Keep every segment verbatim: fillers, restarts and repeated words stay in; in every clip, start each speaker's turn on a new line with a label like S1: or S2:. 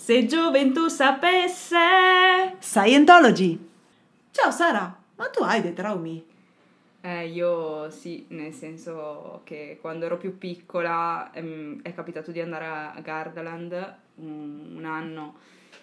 S1: Se gioventù sapesse.
S2: Scientology. Ciao Sara, ma tu hai dei traumi?
S1: Eh, io sì, nel senso che quando ero più piccola ehm, è capitato di andare a Gardaland un, un anno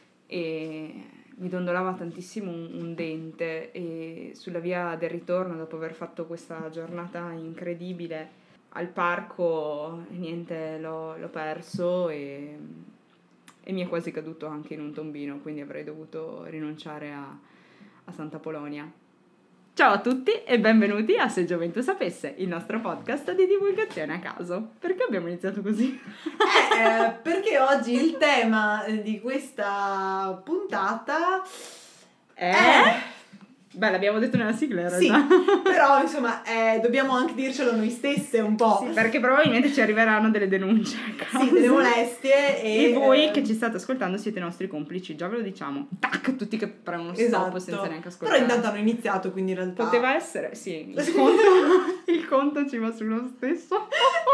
S1: e mi dondolava tantissimo un, un dente, e sulla via del ritorno, dopo aver fatto questa giornata incredibile al parco, niente, l'ho, l'ho perso e, e mi è quasi caduto anche in un tombino, quindi avrei dovuto rinunciare a, a Santa Polonia. Ciao a tutti e benvenuti a Se Gioventù Sapesse, il nostro podcast di divulgazione a caso. Perché abbiamo iniziato così?
S2: Eh, eh, perché oggi il tema di questa puntata
S1: Eh?
S2: è...
S1: Beh, l'abbiamo detto nella sigla in
S2: Sì,
S1: realtà.
S2: però insomma eh, dobbiamo anche dircelo noi stesse un po'.
S1: Sì, perché probabilmente ci arriveranno delle denunce a caso.
S2: Sì, delle molestie. E,
S1: E voi
S2: eh,
S1: che ci state ascoltando siete i nostri complici, già ve lo diciamo. Tac, tutti che premono stop
S2: Esatto.
S1: senza neanche ascoltare.
S2: Però intanto hanno iniziato, quindi in realtà...
S1: Poteva essere, sì, il conto, il conto ci va sullo stesso.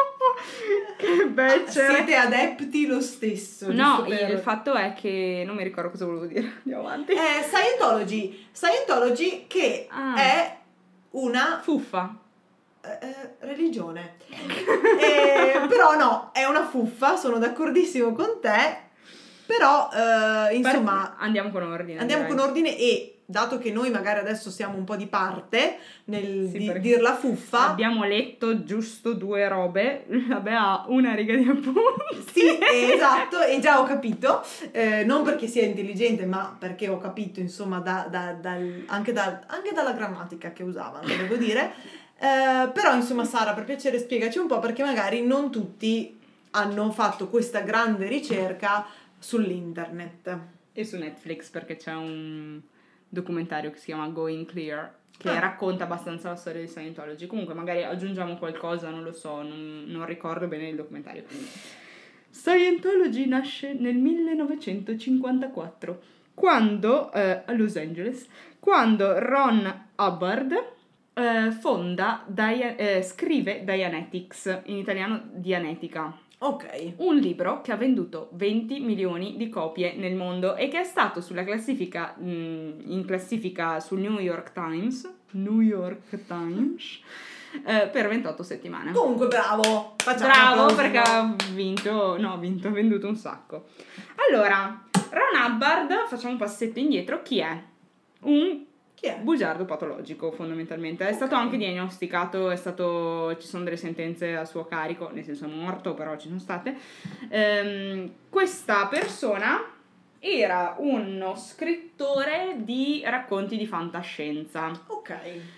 S1: Che becce.
S2: Siete adepti lo stesso.
S1: No,
S2: giusto per-
S1: il fatto è che non mi ricordo cosa volevo dire. Andiamo avanti.
S2: Eh, Scientology. Scientology che
S1: Ah.
S2: è una
S1: Fuffa.
S2: eh, eh, religione. Eh, però no, è una fuffa, sono d'accordissimo con te. Però eh, insomma,
S1: Per- Andiamo con ordine.
S2: andiamo
S1: direi.
S2: con ordine e dato che noi magari adesso siamo un po' di parte nel
S1: Sì,
S2: di-
S1: perché
S2: dir la fuffa.
S1: Abbiamo letto giusto due robe. Vabbè, ha una riga di appunti.
S2: Sì, eh, esatto, e già ho capito, eh, non perché sia intelligente, ma perché ho capito, insomma, da, da- dal- anche, da- anche dalla grammatica che usavano, devo dire. Eh, però, insomma, Sara, per piacere spiegaci un po', perché magari non tutti hanno fatto questa grande ricerca sull'internet.
S1: E su Netflix, perché c'è un documentario che si chiama Going Clear, che
S2: Ah.
S1: racconta abbastanza la storia di Scientology. Comunque magari aggiungiamo qualcosa, non lo so, non, non ricordo bene il documentario. Scientology nasce nel millenovecentocinquantaquattro, quando, eh, a Los Angeles, quando Ron Hubbard eh, fonda, Dia- eh, scrive Dianetics, in italiano Dianetica.
S2: Ok.
S1: Un libro che ha venduto venti milioni di copie nel mondo e che è stato sulla classifica, mh, in classifica sul New York Times, New York Times, eh, per ventotto settimane.
S2: Comunque, bravo. Facciamo
S1: Bravo,
S2: un applauso.
S1: perché ha vinto, no, ha vinto, ha venduto un sacco. Allora, Ron Hubbard, facciamo un passetto indietro, chi è? Un
S2: Chi è?
S1: bugiardo patologico, fondamentalmente. È stato
S2: Ok.
S1: anche diagnosticato, è stato, ci sono delle sentenze a suo carico, nel senso è morto, però ci sono state. Ehm, questa persona era uno scrittore di racconti di fantascienza,
S2: Ok.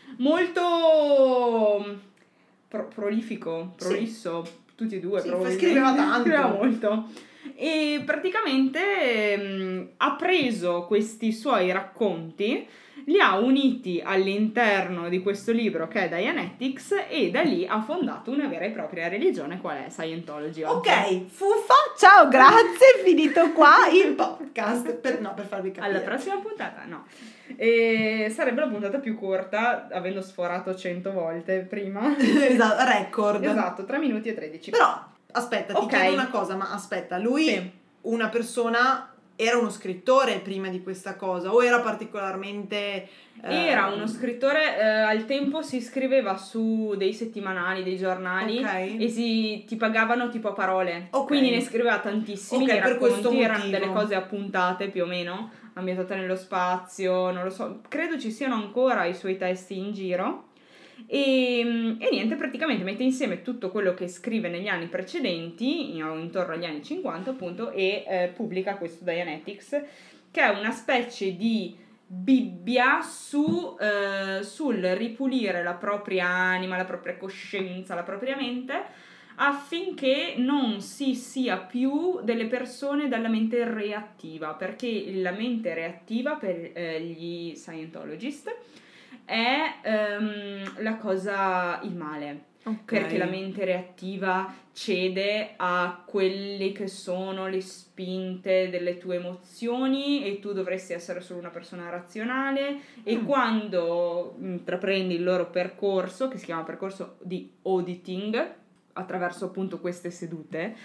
S1: molto pro- prolifico,
S2: Sì.
S1: prolisso, tutti e due
S2: Sì,
S1: probabilmente.
S2: scriveva tanto.
S1: Scriveva molto. E praticamente ehm, ha preso questi suoi racconti, li ha uniti all'interno di questo libro che è Dianetics, e da lì ha fondato una vera e propria religione, qual è Scientology oggi.
S2: Ok, fuffa, ciao, grazie, finito qua il podcast. Per, no, per farvi capire.
S1: Alla prossima puntata, no. E sarebbe la puntata più corta, avendo sforato cento volte prima.
S2: Esatto, record.
S1: Esatto, tre minuti e tredici.
S2: Però, aspetta, ti
S1: Ok.
S2: chiedo una cosa, ma aspetta, lui,
S1: Sì.
S2: una persona, era uno scrittore prima di questa cosa o era particolarmente... eh,
S1: Era uno scrittore, eh, al tempo si scriveva su dei settimanali, dei giornali,
S2: Ok.
S1: e si, ti pagavano tipo a parole.
S2: Ok.
S1: Quindi ne scriveva tantissimi,
S2: Ok,
S1: i
S2: per questo
S1: racconti erano
S2: motivo.
S1: delle cose appuntate più o meno, ambientate nello spazio, non lo so, credo ci siano ancora i suoi testi in giro. E, e niente, praticamente mette insieme tutto quello che scrive negli anni precedenti, in- intorno agli anni cinquanta appunto, e eh, pubblica questo Dianetics, che è una specie di Bibbia su, eh, sul ripulire la propria anima, la propria coscienza, la propria mente, affinché non si sia più delle persone dalla mente reattiva, perché la mente reattiva per eh, gli Scientologist è ehm, la cosa, il male,
S2: Ok.
S1: perché la mente reattiva cede a quelle che sono le spinte delle tue emozioni e tu dovresti essere solo una persona razionale, e
S2: Mm.
S1: quando intraprendi il loro percorso, che si chiama percorso di auditing, attraverso appunto queste sedute,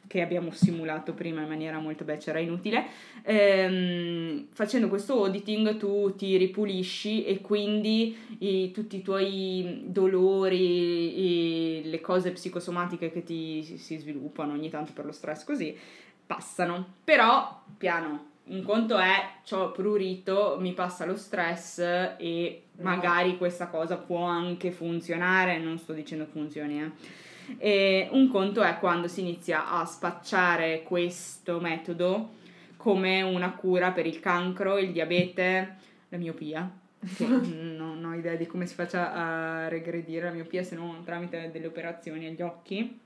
S1: che abbiamo simulato prima in maniera molto becera e inutile, ehm, facendo questo auditing tu ti ripulisci e quindi i, tutti i tuoi dolori e le cose psicosomatiche che ti si, si sviluppano ogni tanto per lo stress così passano. Però piano, un conto è c'ho prurito, mi passa lo stress e magari no. Questa cosa può anche funzionare, non sto dicendo funzioni eh e un conto è quando si inizia a spacciare questo metodo come una cura per il cancro, il diabete, la miopia, che non ho idea di come si faccia a regredire la miopia se non tramite delle operazioni agli occhi,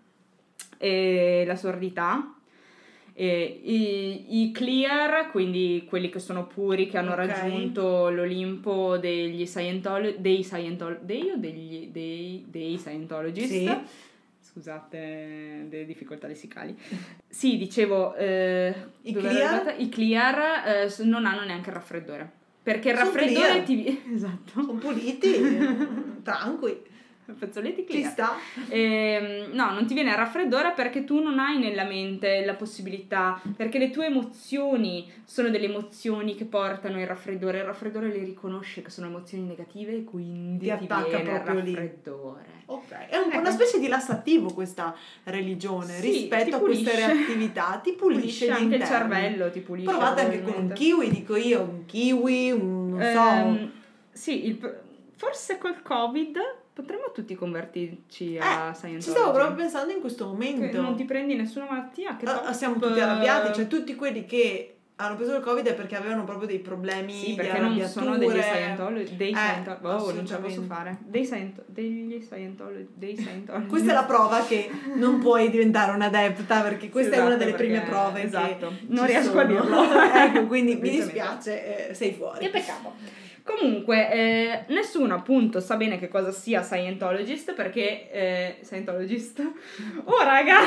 S1: e la sordità, e i, i clear, quindi quelli che sono puri, che hanno okay. raggiunto l'Olimpo degli Scientolo- dei Scientolo- dei o degli dei, dei Scientologist. Sì. Scusate le difficoltà lessicali. Sì, dicevo, eh,
S2: I clear,
S1: I clear eh, non hanno neanche il raffreddore. Perché il
S2: Sono
S1: raffreddore
S2: clear.
S1: ti... Esatto.
S2: Sono puliti, tranqui.
S1: Fazzoletti clear.
S2: Ci sta.
S1: E, no, non ti viene il raffreddore perché tu non hai nella mente la possibilità, perché le tue emozioni sono delle emozioni che portano il raffreddore. Il raffreddore le riconosce che sono emozioni negative e quindi ti,
S2: ti attacca
S1: viene
S2: proprio
S1: il raffreddore.
S2: Lì. Ok, è un, ecco. una specie di lassativo questa religione, sì, rispetto a queste reattività, ti pulisce, pulisce
S1: anche
S2: interni.
S1: Il cervello, ti pulisce.
S2: Provate anche con un kiwi, dico io, un kiwi, un non um,
S1: so. Sì, il, forse col Covid potremmo tutti convertirci a
S2: eh,
S1: Scientology.
S2: Ci stavo proprio pensando in questo momento.
S1: Che non ti prendi nessuna malattia, che
S2: uh, siamo tutti arrabbiati, cioè tutti quelli che hanno preso il Covid è perché avevano proprio dei problemi
S1: sì, perché
S2: di
S1: non sono degli Scientology, dei
S2: eh,
S1: Scientology, oh, non ce la posso fare, dei Scient- degli Scientology, dei Scientology.
S2: Questa è la prova che non puoi diventare un'adepta, perché questa
S1: esatto,
S2: è una delle
S1: perché,
S2: prime prove
S1: esatto,
S2: che
S1: non riesco
S2: sono.
S1: a dirlo.
S2: Ecco, quindi mi dispiace, eh, sei fuori.
S1: Che peccato. Comunque, eh, nessuno appunto sa bene che cosa sia Scientologist, perché eh, Scientologist? Oh raga!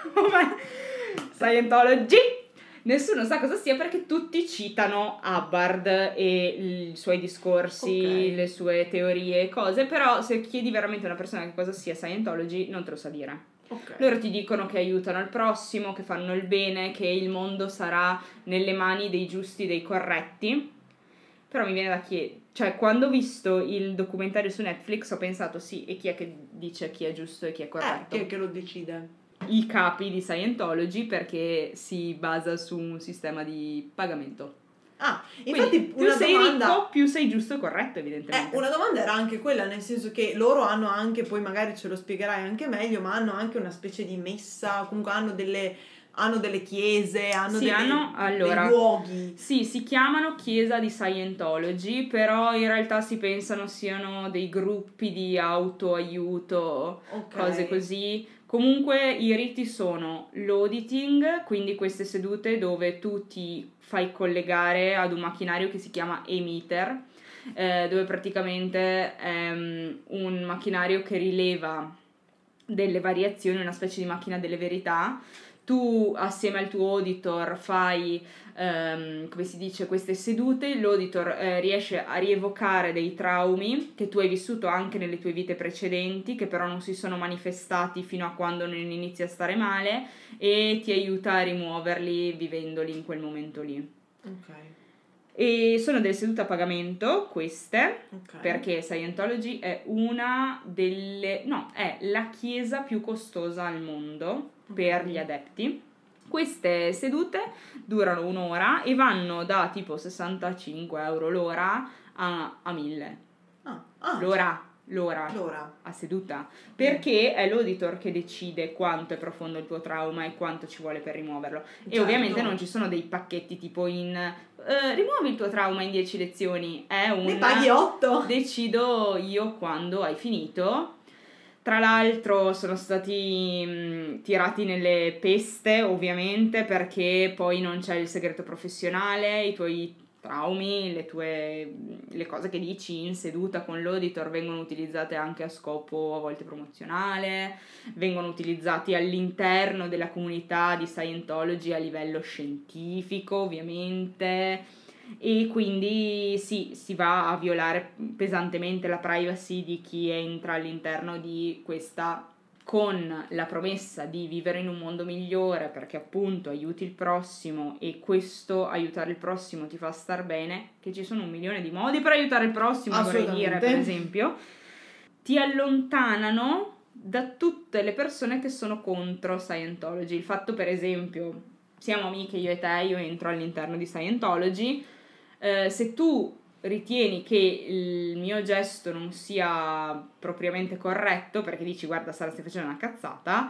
S1: Scientology! Nessuno sa cosa sia perché tutti citano Hubbard e i suoi discorsi, okay. le sue teorie e cose, però se chiedi veramente a una persona che cosa sia Scientology non te lo sa dire. Okay. Loro ti dicono che aiutano il prossimo, che fanno il bene, che il mondo sarà nelle mani dei giusti, dei corretti. Però mi viene da chiedere, cioè quando ho visto il documentario su Netflix ho pensato sì, e chi è che dice chi è giusto e chi è corretto?
S2: Eh, chi è che lo decide?
S1: I capi di Scientology, perché si basa su un sistema di pagamento.
S2: Ah, infatti
S1: quindi,
S2: una
S1: più sei
S2: domanda...
S1: ricco, più sei giusto e corretto, evidentemente.
S2: Eh, una domanda era anche quella, nel senso che loro hanno anche, poi magari ce lo spiegherai anche meglio, ma hanno anche una specie di messa, comunque hanno delle... hanno delle chiese, hanno,
S1: sì,
S2: delle,
S1: hanno allora,
S2: dei luoghi.
S1: Sì, si chiamano chiesa di Scientology, però in realtà si pensano siano dei gruppi di autoaiuto, okay. cose così. Comunque i riti sono l'auditing, quindi queste sedute dove tu ti fai collegare ad un macchinario che si chiama E-meter, eh, dove praticamente è um, un macchinario che rileva delle variazioni, una specie di macchina delle verità. Tu assieme al tuo auditor fai, um, come si dice, queste sedute, l'auditor eh, riesce a rievocare dei traumi che tu hai vissuto anche nelle tue vite precedenti, che però non si sono manifestati fino a quando non inizi a stare male, e ti aiuta a rimuoverli vivendoli in quel momento lì.
S2: Ok. E
S1: sono delle sedute a pagamento queste,
S2: okay.
S1: perché Scientology è una delle, no, è la chiesa più costosa al mondo per gli adepti. Queste sedute durano un'ora e vanno da tipo sessantacinque euro l'ora a, a mille.
S2: Ah, ah.
S1: L'ora, l'ora,
S2: l'ora
S1: a seduta, perché è l'auditor che decide quanto è profondo il tuo trauma e quanto ci vuole per rimuoverlo. Certo. E ovviamente non ci sono dei pacchetti tipo in eh, rimuovi il tuo trauma in dieci lezioni, è un
S2: ne paghi otto,
S1: decido io quando hai finito. Tra l'altro sono stati mh, tirati nelle peste, ovviamente, perché poi non c'è il segreto professionale, i tuoi traumi, le tue le cose che dici in seduta con l'auditor vengono utilizzate anche a scopo a volte promozionale, vengono utilizzati all'interno della comunità di Scientology a livello scientifico, ovviamente. E quindi sì, si va a violare pesantemente la privacy di chi entra all'interno di questa con la promessa di vivere in un mondo migliore perché appunto aiuti il prossimo e questo aiutare il prossimo ti fa star bene, che ci sono un milione di modi per aiutare il prossimo, vorrei dire, per esempio, ti allontanano da tutte le persone che sono contro Scientology. Il fatto, per esempio, siamo amiche io e te, io entro all'interno di Scientology, eh, se tu ritieni che il mio gesto non sia propriamente corretto perché dici guarda Sara stai facendo una cazzata,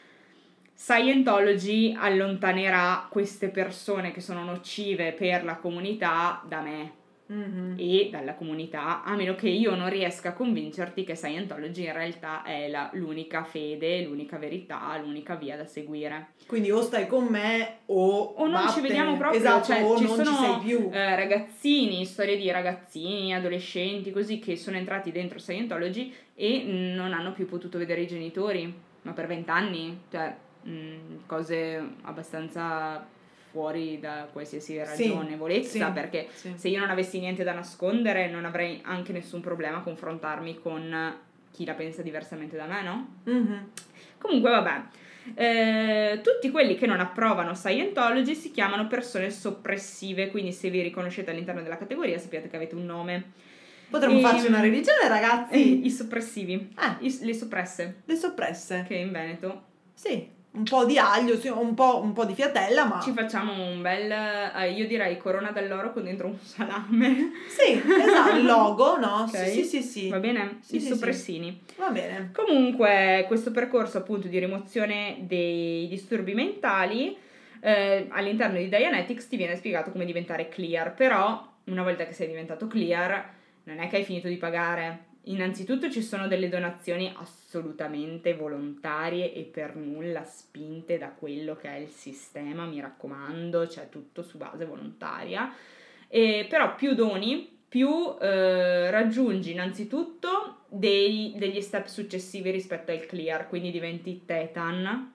S1: Scientology allontanerà queste persone che sono nocive per la comunità da me. Mm-hmm. E dalla comunità, a meno che io non riesca a convincerti che Scientology in realtà è la, l'unica fede, l'unica verità, l'unica via da seguire.
S2: Quindi o stai con me o
S1: o non
S2: batte.
S1: Ci vediamo proprio,
S2: esatto,
S1: cioè,
S2: o
S1: ci
S2: non
S1: sono
S2: ci sei più.
S1: Eh, ragazzini, storie di ragazzini, adolescenti così che sono entrati dentro Scientology e non hanno più potuto vedere i genitori, ma per vent'anni, cioè mh, cose abbastanza fuori da qualsiasi ragionevolezza, sì, perché sì. se io non avessi niente da nascondere non avrei anche nessun problema a confrontarmi con chi la pensa diversamente da me, no? Mm-hmm. Comunque vabbè, eh, tutti quelli che non approvano Scientology si chiamano persone soppressive, quindi se vi riconoscete all'interno della categoria sappiate che avete un nome.
S2: Potremmo e, farci una religione, ragazzi?
S1: Eh, I soppressivi,
S2: ah.
S1: I, le soppresse.
S2: Le soppresse.
S1: Che in Veneto.
S2: Sì. Un po' di aglio, sì, un po', un po' di fiatella, ma...
S1: Ci facciamo un bel, eh, io direi corona d'alloro con dentro un salame.
S2: Sì, esatto, il logo, no?
S1: Okay.
S2: Sì, sì, sì.
S1: Va bene?
S2: Sì,
S1: I
S2: sì,
S1: soppressini.
S2: Sì. Va bene.
S1: Comunque, questo percorso appunto di rimozione dei disturbi mentali, eh, all'interno di Dianetics ti viene spiegato come diventare clear, però una volta che sei diventato clear non è che hai finito di pagare. Innanzitutto ci sono delle donazioni assolutamente volontarie e per nulla spinte da quello che è il sistema, mi raccomando, cioè tutto su base volontaria, e però più doni, più eh, raggiungi innanzitutto dei, degli step successivi rispetto al clear, quindi diventi Tetan,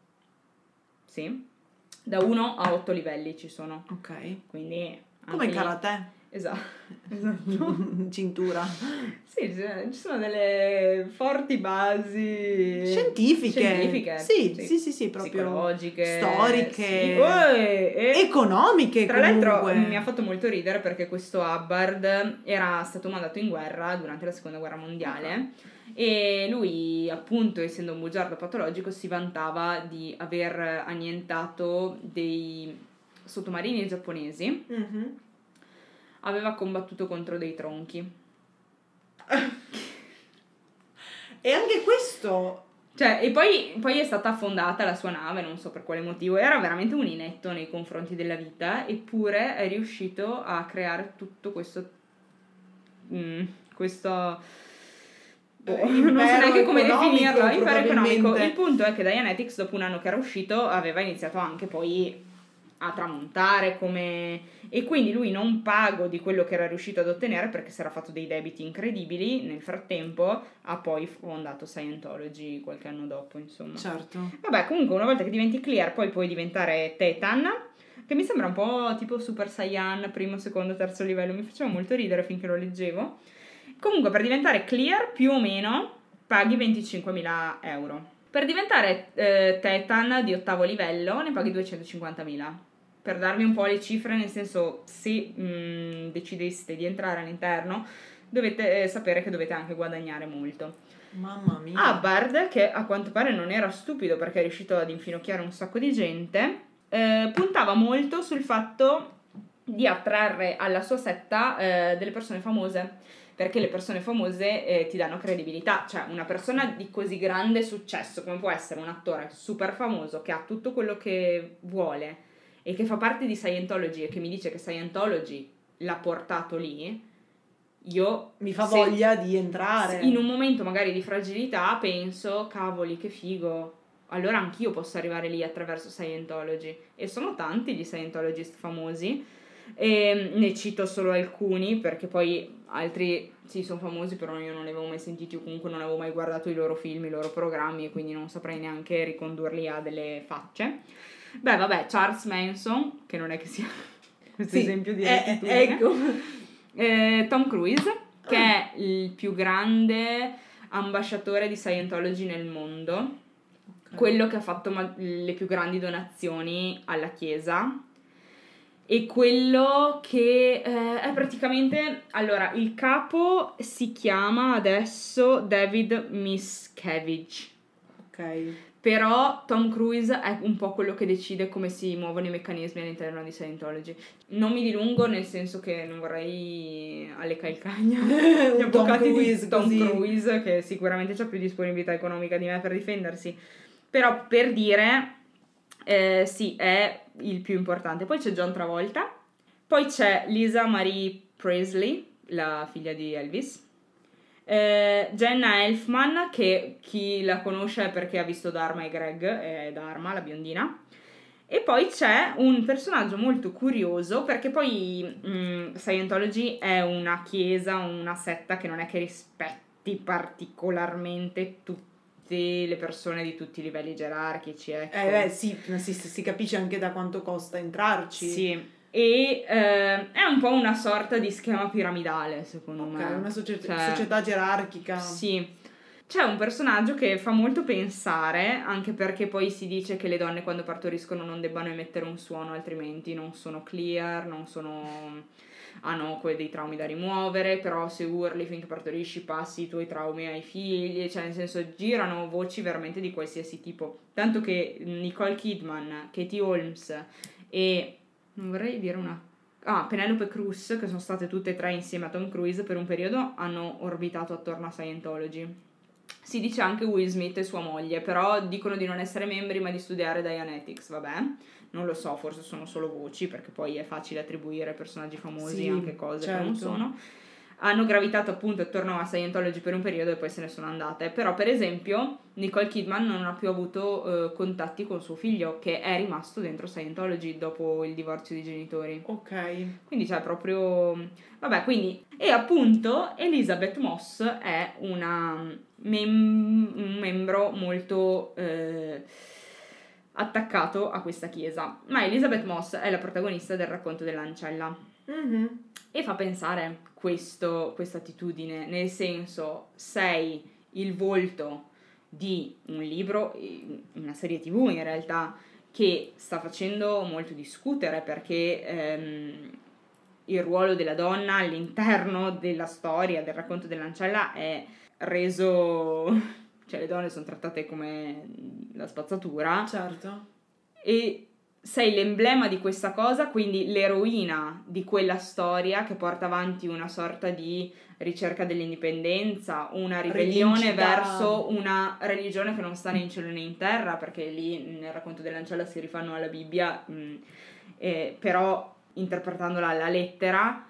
S1: sì, da uno a otto livelli ci sono.
S2: Ok.
S1: Quindi
S2: come in karate.
S1: Esatto, esatto.
S2: Cintura.
S1: Sì, ci sono delle forti basi
S2: scientifiche,
S1: scientifiche
S2: sì, sì, sì, sì, sì, proprio
S1: psicologiche,
S2: storiche,
S1: sì. oh, e, e,
S2: economiche.
S1: Tra
S2: comunque.
S1: l'altro mi ha fatto molto ridere perché questo Hubbard era stato mandato in guerra durante la seconda guerra mondiale. Uh-huh. E lui, appunto, essendo un bugiardo patologico, si vantava di aver annientato dei sottomarini giapponesi. Uh-huh. Aveva combattuto contro dei tronchi.
S2: E anche questo...
S1: Cioè, e poi, poi è stata affondata la sua nave, non so per quale motivo. Era veramente un inetto nei confronti della vita, eppure è riuscito a creare tutto questo... Mm, questo... Boh, non so neanche come definirlo, impero economico. Il punto è che Dianetics, dopo un anno che era uscito, aveva iniziato anche poi a tramontare come... e quindi lui, non pago di quello che era riuscito ad ottenere perché si era fatto dei debiti incredibili, nel frattempo ha poi fondato Scientology qualche anno dopo, insomma.
S2: Certo.
S1: Vabbè, comunque una volta che diventi clear poi puoi diventare Tetan, che mi sembra un po' tipo Super Saiyan, primo, secondo, terzo livello, mi faceva molto ridere finché lo leggevo. Comunque per diventare clear più o meno paghi venticinquemila euro. Per diventare eh, Tetan di ottavo livello ne paghi duecentocinquantamila. Per darvi un po' le cifre, nel senso, se mh, decideste di entrare all'interno, dovete eh, sapere che dovete anche guadagnare molto.
S2: Mamma mia.
S1: Hubbard, che a quanto pare non era stupido perché è riuscito ad infinocchiare un sacco di gente, eh, puntava molto sul fatto di attrarre alla sua setta eh, delle persone famose, perché le persone famose eh, ti danno credibilità. Cioè, una persona di così grande successo come può essere un attore super famoso che ha tutto quello che vuole e che fa parte di Scientology e che mi dice che Scientology l'ha portato lì, io
S2: mi fa voglia di entrare.
S1: In un momento magari di fragilità penso, cavoli, che figo, allora anch'io posso arrivare lì attraverso Scientology. E sono tanti gli Scientologist famosi, e ne cito solo alcuni perché poi altri sì sono famosi però io non li avevo mai sentiti o comunque non avevo mai guardato i loro film, i loro programmi, e quindi non saprei neanche ricondurli a delle facce. Beh, vabbè, Charles Manson, che non è che sia questo sì, esempio di rettitudine.
S2: Eh, ecco.
S1: Eh, Tom Cruise, che ah. è il più grande ambasciatore di Scientology nel mondo,
S2: Okay.
S1: quello che ha fatto ma- le più grandi donazioni alla chiesa e quello che eh, è praticamente, allora, il capo si chiama adesso David Miscavige,
S2: Ok.
S1: però Tom Cruise è un po' quello che decide come si muovono i meccanismi all'interno di Scientology. Non mi dilungo, nel senso che non vorrei alle calcagna gli
S2: Un Tom
S1: avvocati
S2: Cruise
S1: di Tom
S2: così.
S1: Cruise, che sicuramente ha più disponibilità economica di me per difendersi. Però per dire, eh, sì, è il più importante. Poi c'è John Travolta, poi c'è Lisa Marie Presley, la figlia di Elvis, eh, Jenna Elfman, che chi la conosce è perché ha visto Dharma e Greg, è Dharma, la biondina. E poi c'è un personaggio molto curioso, perché poi mh, Scientology è una chiesa, una setta che non è che rispetti particolarmente tutte le persone di tutti i livelli gerarchici, ecco.
S2: Eh beh, sì, si, si capisce anche da quanto costa entrarci.
S1: Sì, e eh, è un po' una sorta di schema piramidale, secondo
S2: Ok,
S1: me.
S2: una socie-
S1: Cioè,
S2: società gerarchica.
S1: sì. C'è un personaggio che fa molto pensare, anche perché poi si dice che le donne quando partoriscono non debbano emettere un suono, altrimenti non sono clear, non sono... hanno quei dei traumi da rimuovere, però se urli finché partorisci passi i tuoi traumi ai figli, cioè nel senso girano voci veramente di qualsiasi tipo. Tanto che Nicole Kidman, Katie Holmes e... non vorrei dire una... ah, Penelope Cruz, che sono state tutte e tre insieme a Tom Cruise per un periodo, hanno orbitato attorno a Scientology. Si dice anche Will Smith e sua moglie, però dicono di non essere membri ma di studiare Dianetics, vabbè, non lo so, forse sono solo voci, perché poi è facile attribuire a personaggi famosi
S2: Sì,
S1: anche cose
S2: certo.
S1: che non sono. Hanno gravitato appunto attorno a Scientology per un periodo e poi se ne sono andate. Però per esempio Nicole Kidman non ha più avuto eh, contatti con suo figlio, che è rimasto dentro Scientology dopo il divorzio dei genitori.
S2: Ok.
S1: Quindi c'è proprio... vabbè, quindi... e appunto Elizabeth Moss è una mem- un membro molto eh, attaccato a questa chiesa. Ma Elizabeth Moss è la protagonista del racconto dell'ancella.
S2: Mm-hmm.
S1: E fa pensare questo, questa attitudine, nel senso, sei il volto di un libro, una serie tv in realtà, che sta facendo molto discutere perché ehm, il ruolo della donna all'interno della storia, del racconto dell'ancella è reso... cioè le donne sono trattate come la spazzatura.
S2: Certo.
S1: E sei l'emblema di questa cosa, quindi l'eroina di quella storia che porta avanti una sorta di ricerca dell'indipendenza, una ribellione
S2: Rivincita.
S1: verso una religione che non sta né in cielo né in terra, perché lì nel racconto dell'ancella si rifanno alla Bibbia, mh, eh, però interpretandola alla lettera.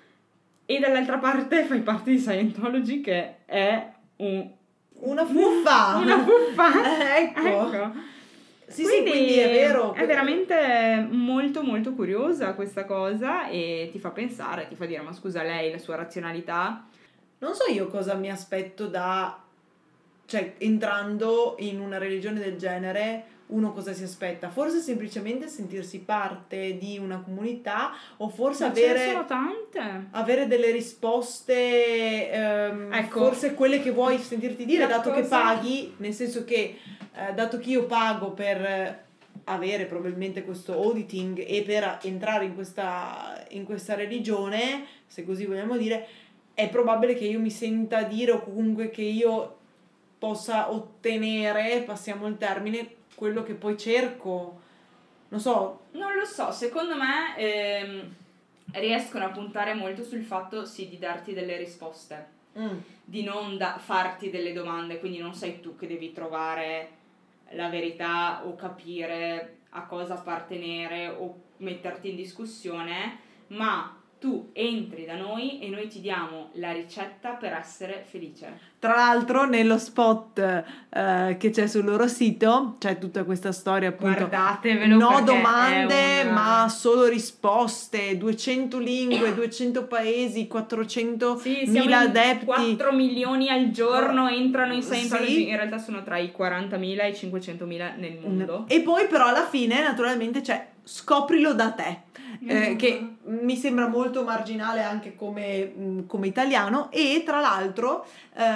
S1: E dall'altra parte fai parte di Scientology, che è un...
S2: una fuffa!
S1: Una fuffa!
S2: ecco.
S1: ecco.
S2: Sì,
S1: quindi,
S2: sì, quindi è vero.
S1: È veramente molto molto curiosa questa cosa e ti fa pensare, ti fa dire, ma scusa, lei, la sua razionalità...
S2: Non so io cosa mi aspetto da... cioè, entrando in una religione del genere, uno cosa si aspetta? Forse semplicemente sentirsi parte di una comunità, o forse
S1: Ma ce ne
S2: avere...
S1: sono tante.
S2: avere delle risposte, ehm,
S1: Ecco.
S2: forse quelle che vuoi sentirti dire,
S1: La
S2: dato
S1: cosa-
S2: che paghi, nel senso che eh, dato che io pago per eh, avere probabilmente questo auditing e per entrare in questa, in questa religione, se così vogliamo dire, è probabile che io mi senta dire, o comunque che io possa ottenere, passiamo il termine, quello che poi cerco. Non so.
S1: Non lo so, secondo me ehm, riescono a puntare molto sul fatto sì di darti delle risposte,
S2: Mm.
S1: di non da- farti delle domande, quindi non sei tu che devi trovare la verità o capire a cosa appartenere o metterti in discussione, ma tu entri da noi e noi ti diamo la ricetta per essere felice.
S2: Tra l'altro nello spot eh, che c'è sul loro sito c'è tutta questa storia, appunto,
S1: Guardatevelo,
S2: no
S1: perché
S2: domande
S1: è un-
S2: ma solo risposte, duecento lingue, duecento paesi, quattrocento
S1: Sì, siamo
S2: mila
S1: in
S2: adepti.
S1: quattro milioni al giorno entrano in Scientology,
S2: Sì.
S1: in realtà sono tra i quarantamila e i cinquecentomila nel mondo.
S2: E poi però alla fine naturalmente c'è scoprilo da te. eh, che mi sembra molto marginale anche come, mh, come italiano, e tra l'altro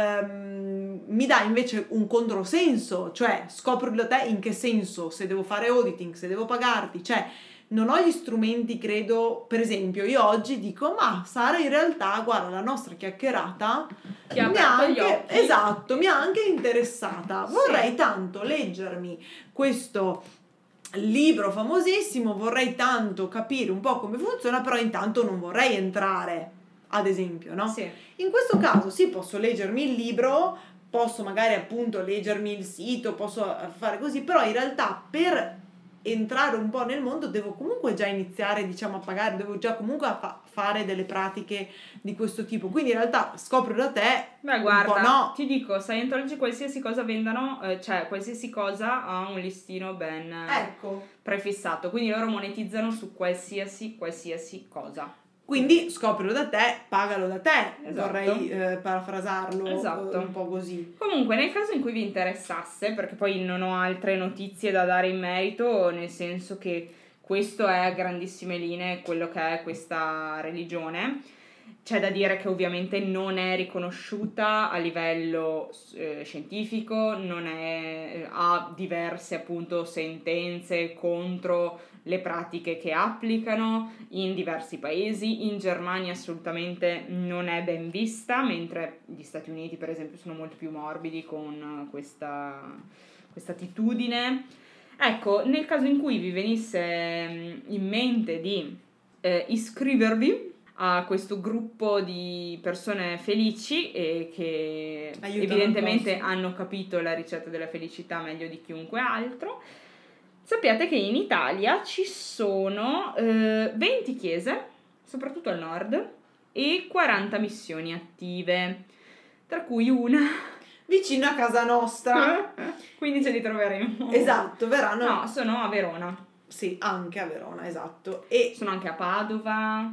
S2: ehm, mi dà invece un controsenso, cioè scopri da te in che senso, se devo fare auditing, se devo pagarti, cioè non ho gli strumenti, credo. Per esempio io oggi dico, ma Sara, in realtà guarda, la nostra chiacchierata
S1: Ti ha
S2: mi ha
S1: aperto gli
S2: anche,
S1: occhi.
S2: esatto, mi ha anche interessata,
S1: Sì.
S2: vorrei tanto leggermi questo libro famosissimo, vorrei tanto capire un po' come funziona, però intanto non vorrei entrare, ad esempio, no?
S1: Sì.
S2: In questo caso sì, posso leggermi il libro, posso magari appunto leggermi il sito, posso fare così, però in realtà per entrare un po' nel mondo devo comunque già iniziare, diciamo, a pagare, devo già comunque a fa- fare delle pratiche di questo tipo, quindi in realtà scopro da te.
S1: Beh, guarda,
S2: un po' no.
S1: ti dico, Scientology qualsiasi cosa vendano, eh, cioè qualsiasi cosa ha un listino ben eh,
S2: Ecco,
S1: prefissato, quindi loro monetizzano su qualsiasi qualsiasi cosa.
S2: quindi scoprilo da te, pagalo da te,
S1: Esatto.
S2: vorrei eh, parafrasarlo
S1: Esatto.
S2: eh, un po' così.
S1: Comunque, nel caso in cui vi interessasse, perché poi non ho altre notizie da dare in merito, nel senso che questo è a grandissime linee quello che è questa religione, c'è da dire che ovviamente non è riconosciuta a livello eh, scientifico, non è, ha diverse appunto sentenze contro le pratiche che applicano in diversi paesi. In Germania assolutamente non è ben vista, mentre gli Stati Uniti per esempio sono molto più morbidi con questa questa attitudine. Ecco, nel caso in cui vi venisse in mente di eh, iscrivervi a questo gruppo di persone felici e che
S2: Aiutano
S1: evidentemente
S2: il prossimo.
S1: hanno capito la ricetta della felicità meglio di chiunque altro, sappiate che in Italia ci sono eh, venti chiese, soprattutto al nord, e quaranta missioni attive, tra cui una
S2: Vicino a casa nostra.
S1: quindi ce li troveremo.
S2: Esatto, verranno.
S1: No, sono a Verona.
S2: Sì, anche a Verona, esatto. E
S1: Sono anche a Padova,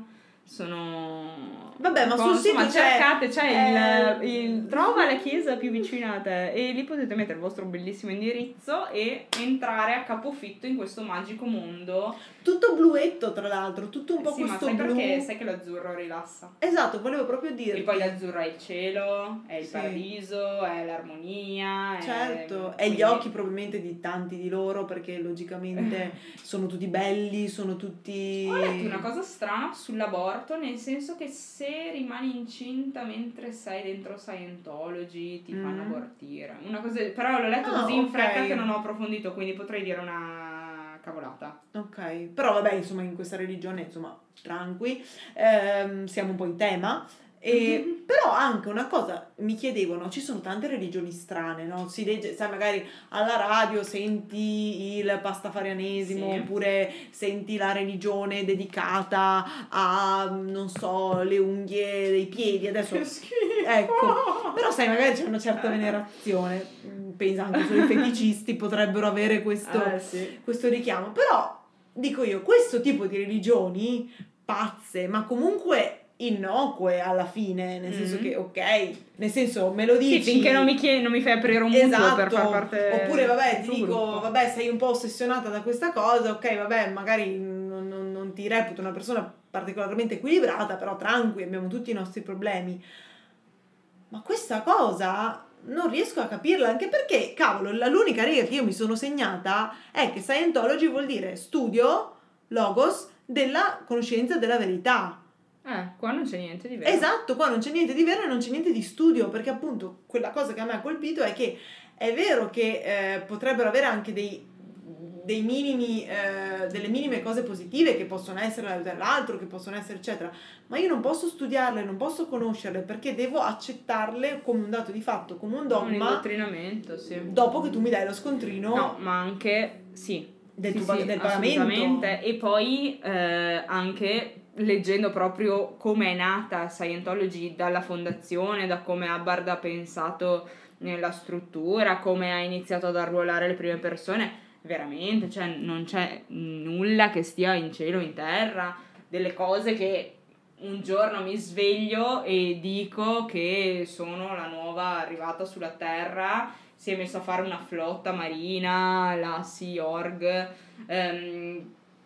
S1: sono...
S2: vabbè, ma
S1: un po',
S2: sul sito
S1: insomma,
S2: c'è
S1: cercate, c'è
S2: eh,
S1: il, il... Trova la chiesa più vicina a te e lì potete mettere il vostro bellissimo indirizzo e entrare a capofitto in questo magico mondo.
S2: tutto bluetto, tra l'altro, tutto un po'
S1: Sì, ma
S2: questo
S1: sai
S2: blu.
S1: perché? Sai che l'azzurro rilassa.
S2: Esatto, volevo proprio dire.
S1: E poi l'azzurro è il cielo, è il
S2: Sì.
S1: paradiso, è l'armonia.
S2: Certo,
S1: è...
S2: e gli
S1: quindi-
S2: occhi probabilmente di tanti di loro, perché logicamente sono tutti belli, sono tutti...
S1: Ho letto una cosa strana sull'aborto, nel senso che se rimani incinta mentre sei dentro Scientology ti fanno
S2: Mm.
S1: abortire. Una cosa, però l'ho letto
S2: Ah,
S1: così in
S2: ok.
S1: fretta che non ho approfondito, quindi potrei dire una cavolata.
S2: Ok, però vabbè, insomma, in questa religione, insomma, tranqui, ehm, siamo un po' in tema. E, però anche una cosa, mi chiedevano, ci sono tante religioni strane, no? Si legge, sai, magari alla radio senti il pastafarianesimo,
S1: Sì.
S2: oppure senti la religione dedicata a, non so, le unghie dei piedi, adesso...
S1: schifo!
S2: Ecco, però sai, magari c'è una certa venerazione, mm, pensa anche solo i feticisti potrebbero avere questo,
S1: Eh, sì.
S2: questo richiamo, però dico io, questo tipo di religioni pazze, ma comunque innocue alla fine, nel senso
S1: Mhm.
S2: che ok, nel senso me lo dici,
S1: Sì, finché non mi, chiedi, non mi fai aprire un mutuo
S2: esatto,
S1: per far parte
S2: oppure vabbè
S1: del
S2: ti
S1: tuo
S2: dico,
S1: gruppo.
S2: vabbè sei un po' ossessionata da questa cosa, ok vabbè magari non, non, non ti reputo una persona particolarmente equilibrata, però tranqui, abbiamo tutti i nostri problemi, ma questa cosa non riesco a capirla, anche perché, cavolo, la- l'unica riga che io mi sono segnata è che Scientology vuol dire studio, logos, della conoscenza della verità.
S1: Eh, qua non c'è niente di vero.
S2: Esatto, qua non c'è niente di vero e non c'è niente di studio, perché appunto quella cosa che a me ha colpito è che è vero che eh, potrebbero avere anche dei, dei minimi, eh, delle minime cose positive che possono essere l'aiutare l'altro, che possono essere eccetera, ma io non posso studiarle, non posso conoscerle, perché devo accettarle come un dato di fatto, come un
S1: Un
S2: dogma,
S1: indottrinamento, sì.
S2: dopo che tu mi dai lo scontrino
S1: No, ma anche, sì,
S2: del,
S1: sì,
S2: tuo,
S1: sì,
S2: del pagamento.
S1: assolutamente. E poi eh, anche leggendo proprio come è nata Scientology dalla fondazione, da come Hubbard ha pensato nella struttura, come ha iniziato ad arruolare le prime persone, veramente, cioè non c'è nulla che stia in cielo o in terra, delle cose che un giorno mi sveglio e dico che sono la nuova arrivata sulla terra, si è messo a fare una flotta marina, la Sea Org, ehm,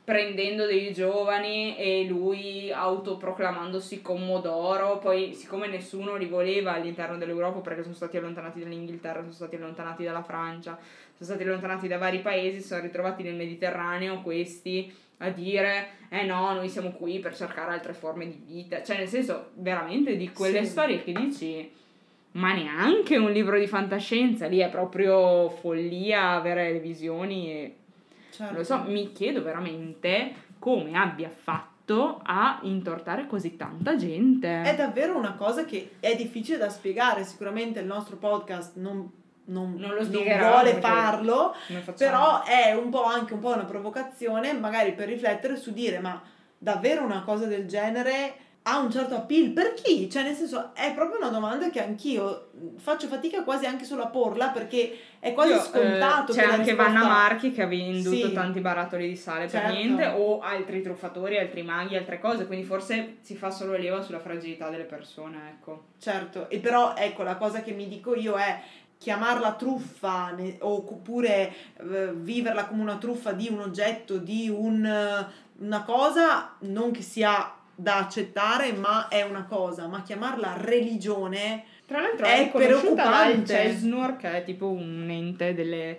S1: prendendo dei giovani e lui autoproclamandosi commodoro. Poi, siccome nessuno li voleva all'interno dell'Europa perché sono stati allontanati dall'Inghilterra, sono stati allontanati dalla Francia, sono stati allontanati da vari paesi, si sono ritrovati nel Mediterraneo questi a dire eh no, noi siamo qui per cercare altre forme di vita, cioè nel senso veramente di quelle
S2: Sì.
S1: storie che dici ma neanche un libro di fantascienza, lì è proprio follia avere le visioni e
S2: Certo.
S1: non lo so, mi chiedo veramente come abbia fatto a intortare così tanta gente.
S2: È davvero una cosa che è difficile da spiegare, sicuramente il nostro podcast non, non,
S1: Non lo
S2: non
S1: spiegherà,
S2: vuole
S1: perché
S2: farlo,
S1: come facciamo?
S2: però è un po' anche un po' una provocazione, magari per riflettere su dire ma davvero una cosa del genere ha un certo appeal per chi? Cioè nel senso è proprio una domanda che anch'io faccio fatica quasi anche solo a porla, perché è quasi
S1: Io,
S2: scontato
S1: eh, c'è
S2: che la
S1: anche
S2: risposta...
S1: Vanna Marchi che ha venduto
S2: Sì.
S1: tanti barattoli di sale
S2: Certo.
S1: per niente, o altri truffatori, altri maghi, altre cose, quindi forse si fa solo leva sulla fragilità delle persone, ecco.
S2: Certo, e però ecco la cosa che mi dico io è chiamarla truffa ne- oppure eh, viverla come una truffa di un oggetto, di un, una cosa, non che sia da accettare, ma è una cosa, ma chiamarla religione
S1: Tra l'altro
S2: è
S1: è riconosciuta dal
S2: preoccupante.
S1: CESNUR, che è tipo un ente delle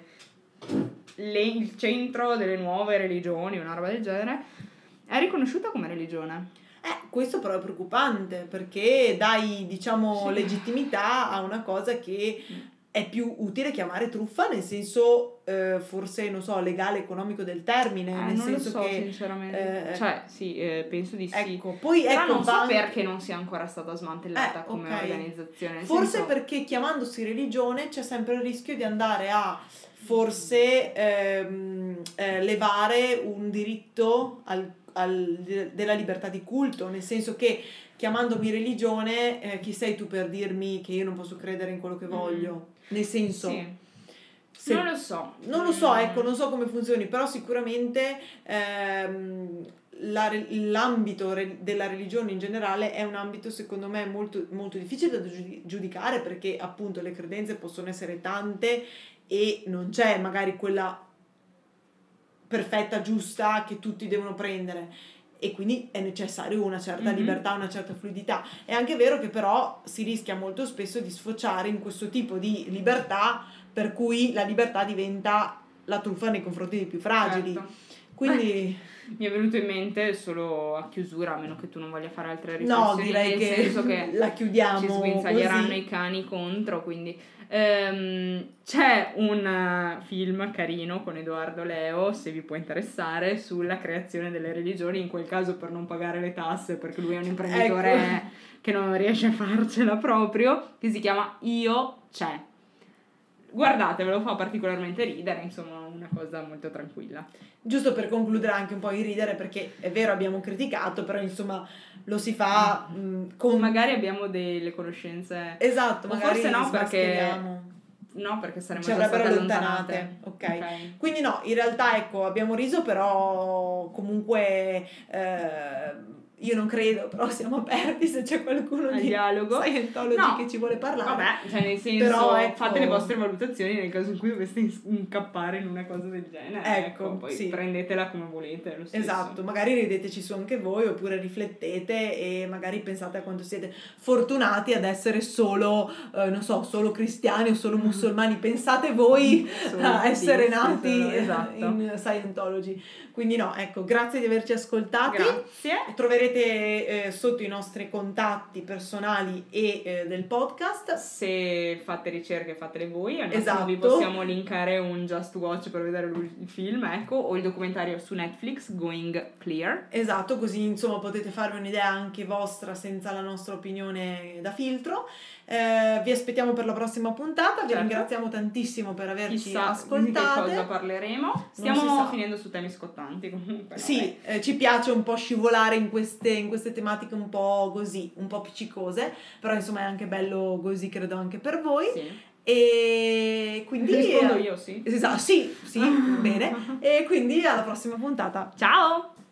S1: le- il centro delle nuove religioni, una roba del genere, è riconosciuta come religione.
S2: Eh, questo però è preoccupante perché dai, diciamo,
S1: Sì.
S2: legittimità a una cosa che è più utile chiamare truffa, nel senso eh, forse, non so, legale, economico del termine,
S1: Eh,
S2: nel
S1: non
S2: senso
S1: lo so,
S2: che...
S1: sinceramente.
S2: eh,
S1: cioè, sì, eh, penso di sì.
S2: Ecco, poi
S1: Però
S2: ecco,
S1: non so
S2: va-
S1: perché non sia ancora stata smantellata
S2: Eh,
S1: come
S2: ok.
S1: organizzazione. nel
S2: Forse
S1: senso-
S2: perché chiamandosi religione c'è sempre il rischio di andare a forse ehm, eh, levare un diritto al, al- della libertà di culto, nel senso che chiamandomi religione, eh, chi sei tu per dirmi che io non posso credere in quello che voglio? Nel senso,
S1: Sì.
S2: se-
S1: Non lo so.
S2: non lo so,
S1: Mm.
S2: ecco, non so come funzioni, però sicuramente ehm, la re- l'ambito re- della religione in generale è un ambito secondo me molto, molto difficile da giudi- giudicare, perché appunto le credenze possono essere tante e non c'è magari quella perfetta, giusta che tutti devono prendere, e quindi è necessario una certa
S1: Mhm.
S2: libertà, una certa fluidità. È anche vero che però si rischia molto spesso di sfociare in questo tipo di libertà, per cui la libertà diventa la truffa nei confronti dei più fragili.
S1: Certo.
S2: Quindi
S1: Mi è venuto in mente solo a chiusura, a meno che tu non voglia fare altre
S2: no,
S1: riflessioni,
S2: direi
S1: nel
S2: che
S1: senso che
S2: la chiudiamo
S1: ci sguinzaglieranno
S2: così.
S1: i cani contro, quindi ehm, c'è un eh, film carino con Edoardo Leo, se vi può interessare, sulla creazione delle religioni, in quel caso per non pagare le tasse, perché lui è un imprenditore
S2: Ecco.
S1: che non riesce a farcela proprio, che si chiama Io c'è. Guardatevelo, fa particolarmente ridere, insomma, una cosa molto tranquilla.
S2: Giusto per concludere anche un po' di ridere, perché è vero abbiamo criticato, però insomma lo si fa mh, con...
S1: Magari abbiamo delle conoscenze.
S2: Esatto,
S1: O
S2: magari
S1: forse no, perché
S2: smascheriamo.
S1: no, perché saremmo
S2: Ci
S1: già state
S2: avrebbero
S1: allontanate.
S2: allontanate, ok.
S1: Ok.
S2: Quindi no, in realtà ecco, abbiamo riso, però comunque eh, io non credo, però siamo aperti se c'è qualcuno
S1: Al
S2: di
S1: dialogo.
S2: Scientology
S1: No,
S2: che ci vuole parlare.
S1: Vabbè, cioè nel senso,
S2: Però, ecco-
S1: fate le vostre valutazioni nel caso in cui doveste ins- incappare in una cosa del genere.
S2: Ecco,
S1: poi
S2: sì.
S1: prendetela come volete, lo stesso.
S2: Esatto, magari rideteci su anche voi, oppure riflettete e magari pensate a quanto siete fortunati ad essere solo, eh, non so, solo cristiani o solo musulmani. Pensate voi
S1: Solo
S2: a essere
S1: buddisti,
S2: nati
S1: solo- esatto.
S2: in Scientology. Quindi no, ecco, grazie di averci ascoltati.
S1: Grazie.
S2: Troverete eh, sotto i nostri contatti personali e eh, del podcast.
S1: Se fate ricerche fatele voi, al massimo
S2: Esatto.
S1: vi possiamo linkare un Just Watch per vedere il film, ecco, o il documentario su Netflix Going Clear.
S2: Esatto, così insomma potete farvi un'idea anche vostra senza la nostra opinione da filtro. Eh, vi aspettiamo per la prossima puntata, vi
S1: Certo.
S2: ringraziamo tantissimo per averci
S1: Chissà
S2: ascoltate.
S1: di che cosa parleremo.
S2: si
S1: Stiamo
S2: sa.
S1: finendo su temi scottanti comunque.
S2: Sì, eh, ci piace un po' scivolare in queste, in queste tematiche un po' così, un po' appiccicose, però insomma è anche bello così, credo anche per voi.
S1: Sì.
S2: E quindi
S1: Rispondo io, sì.
S2: Esatto, sì, sì, bene. E quindi alla prossima puntata.
S1: Ciao!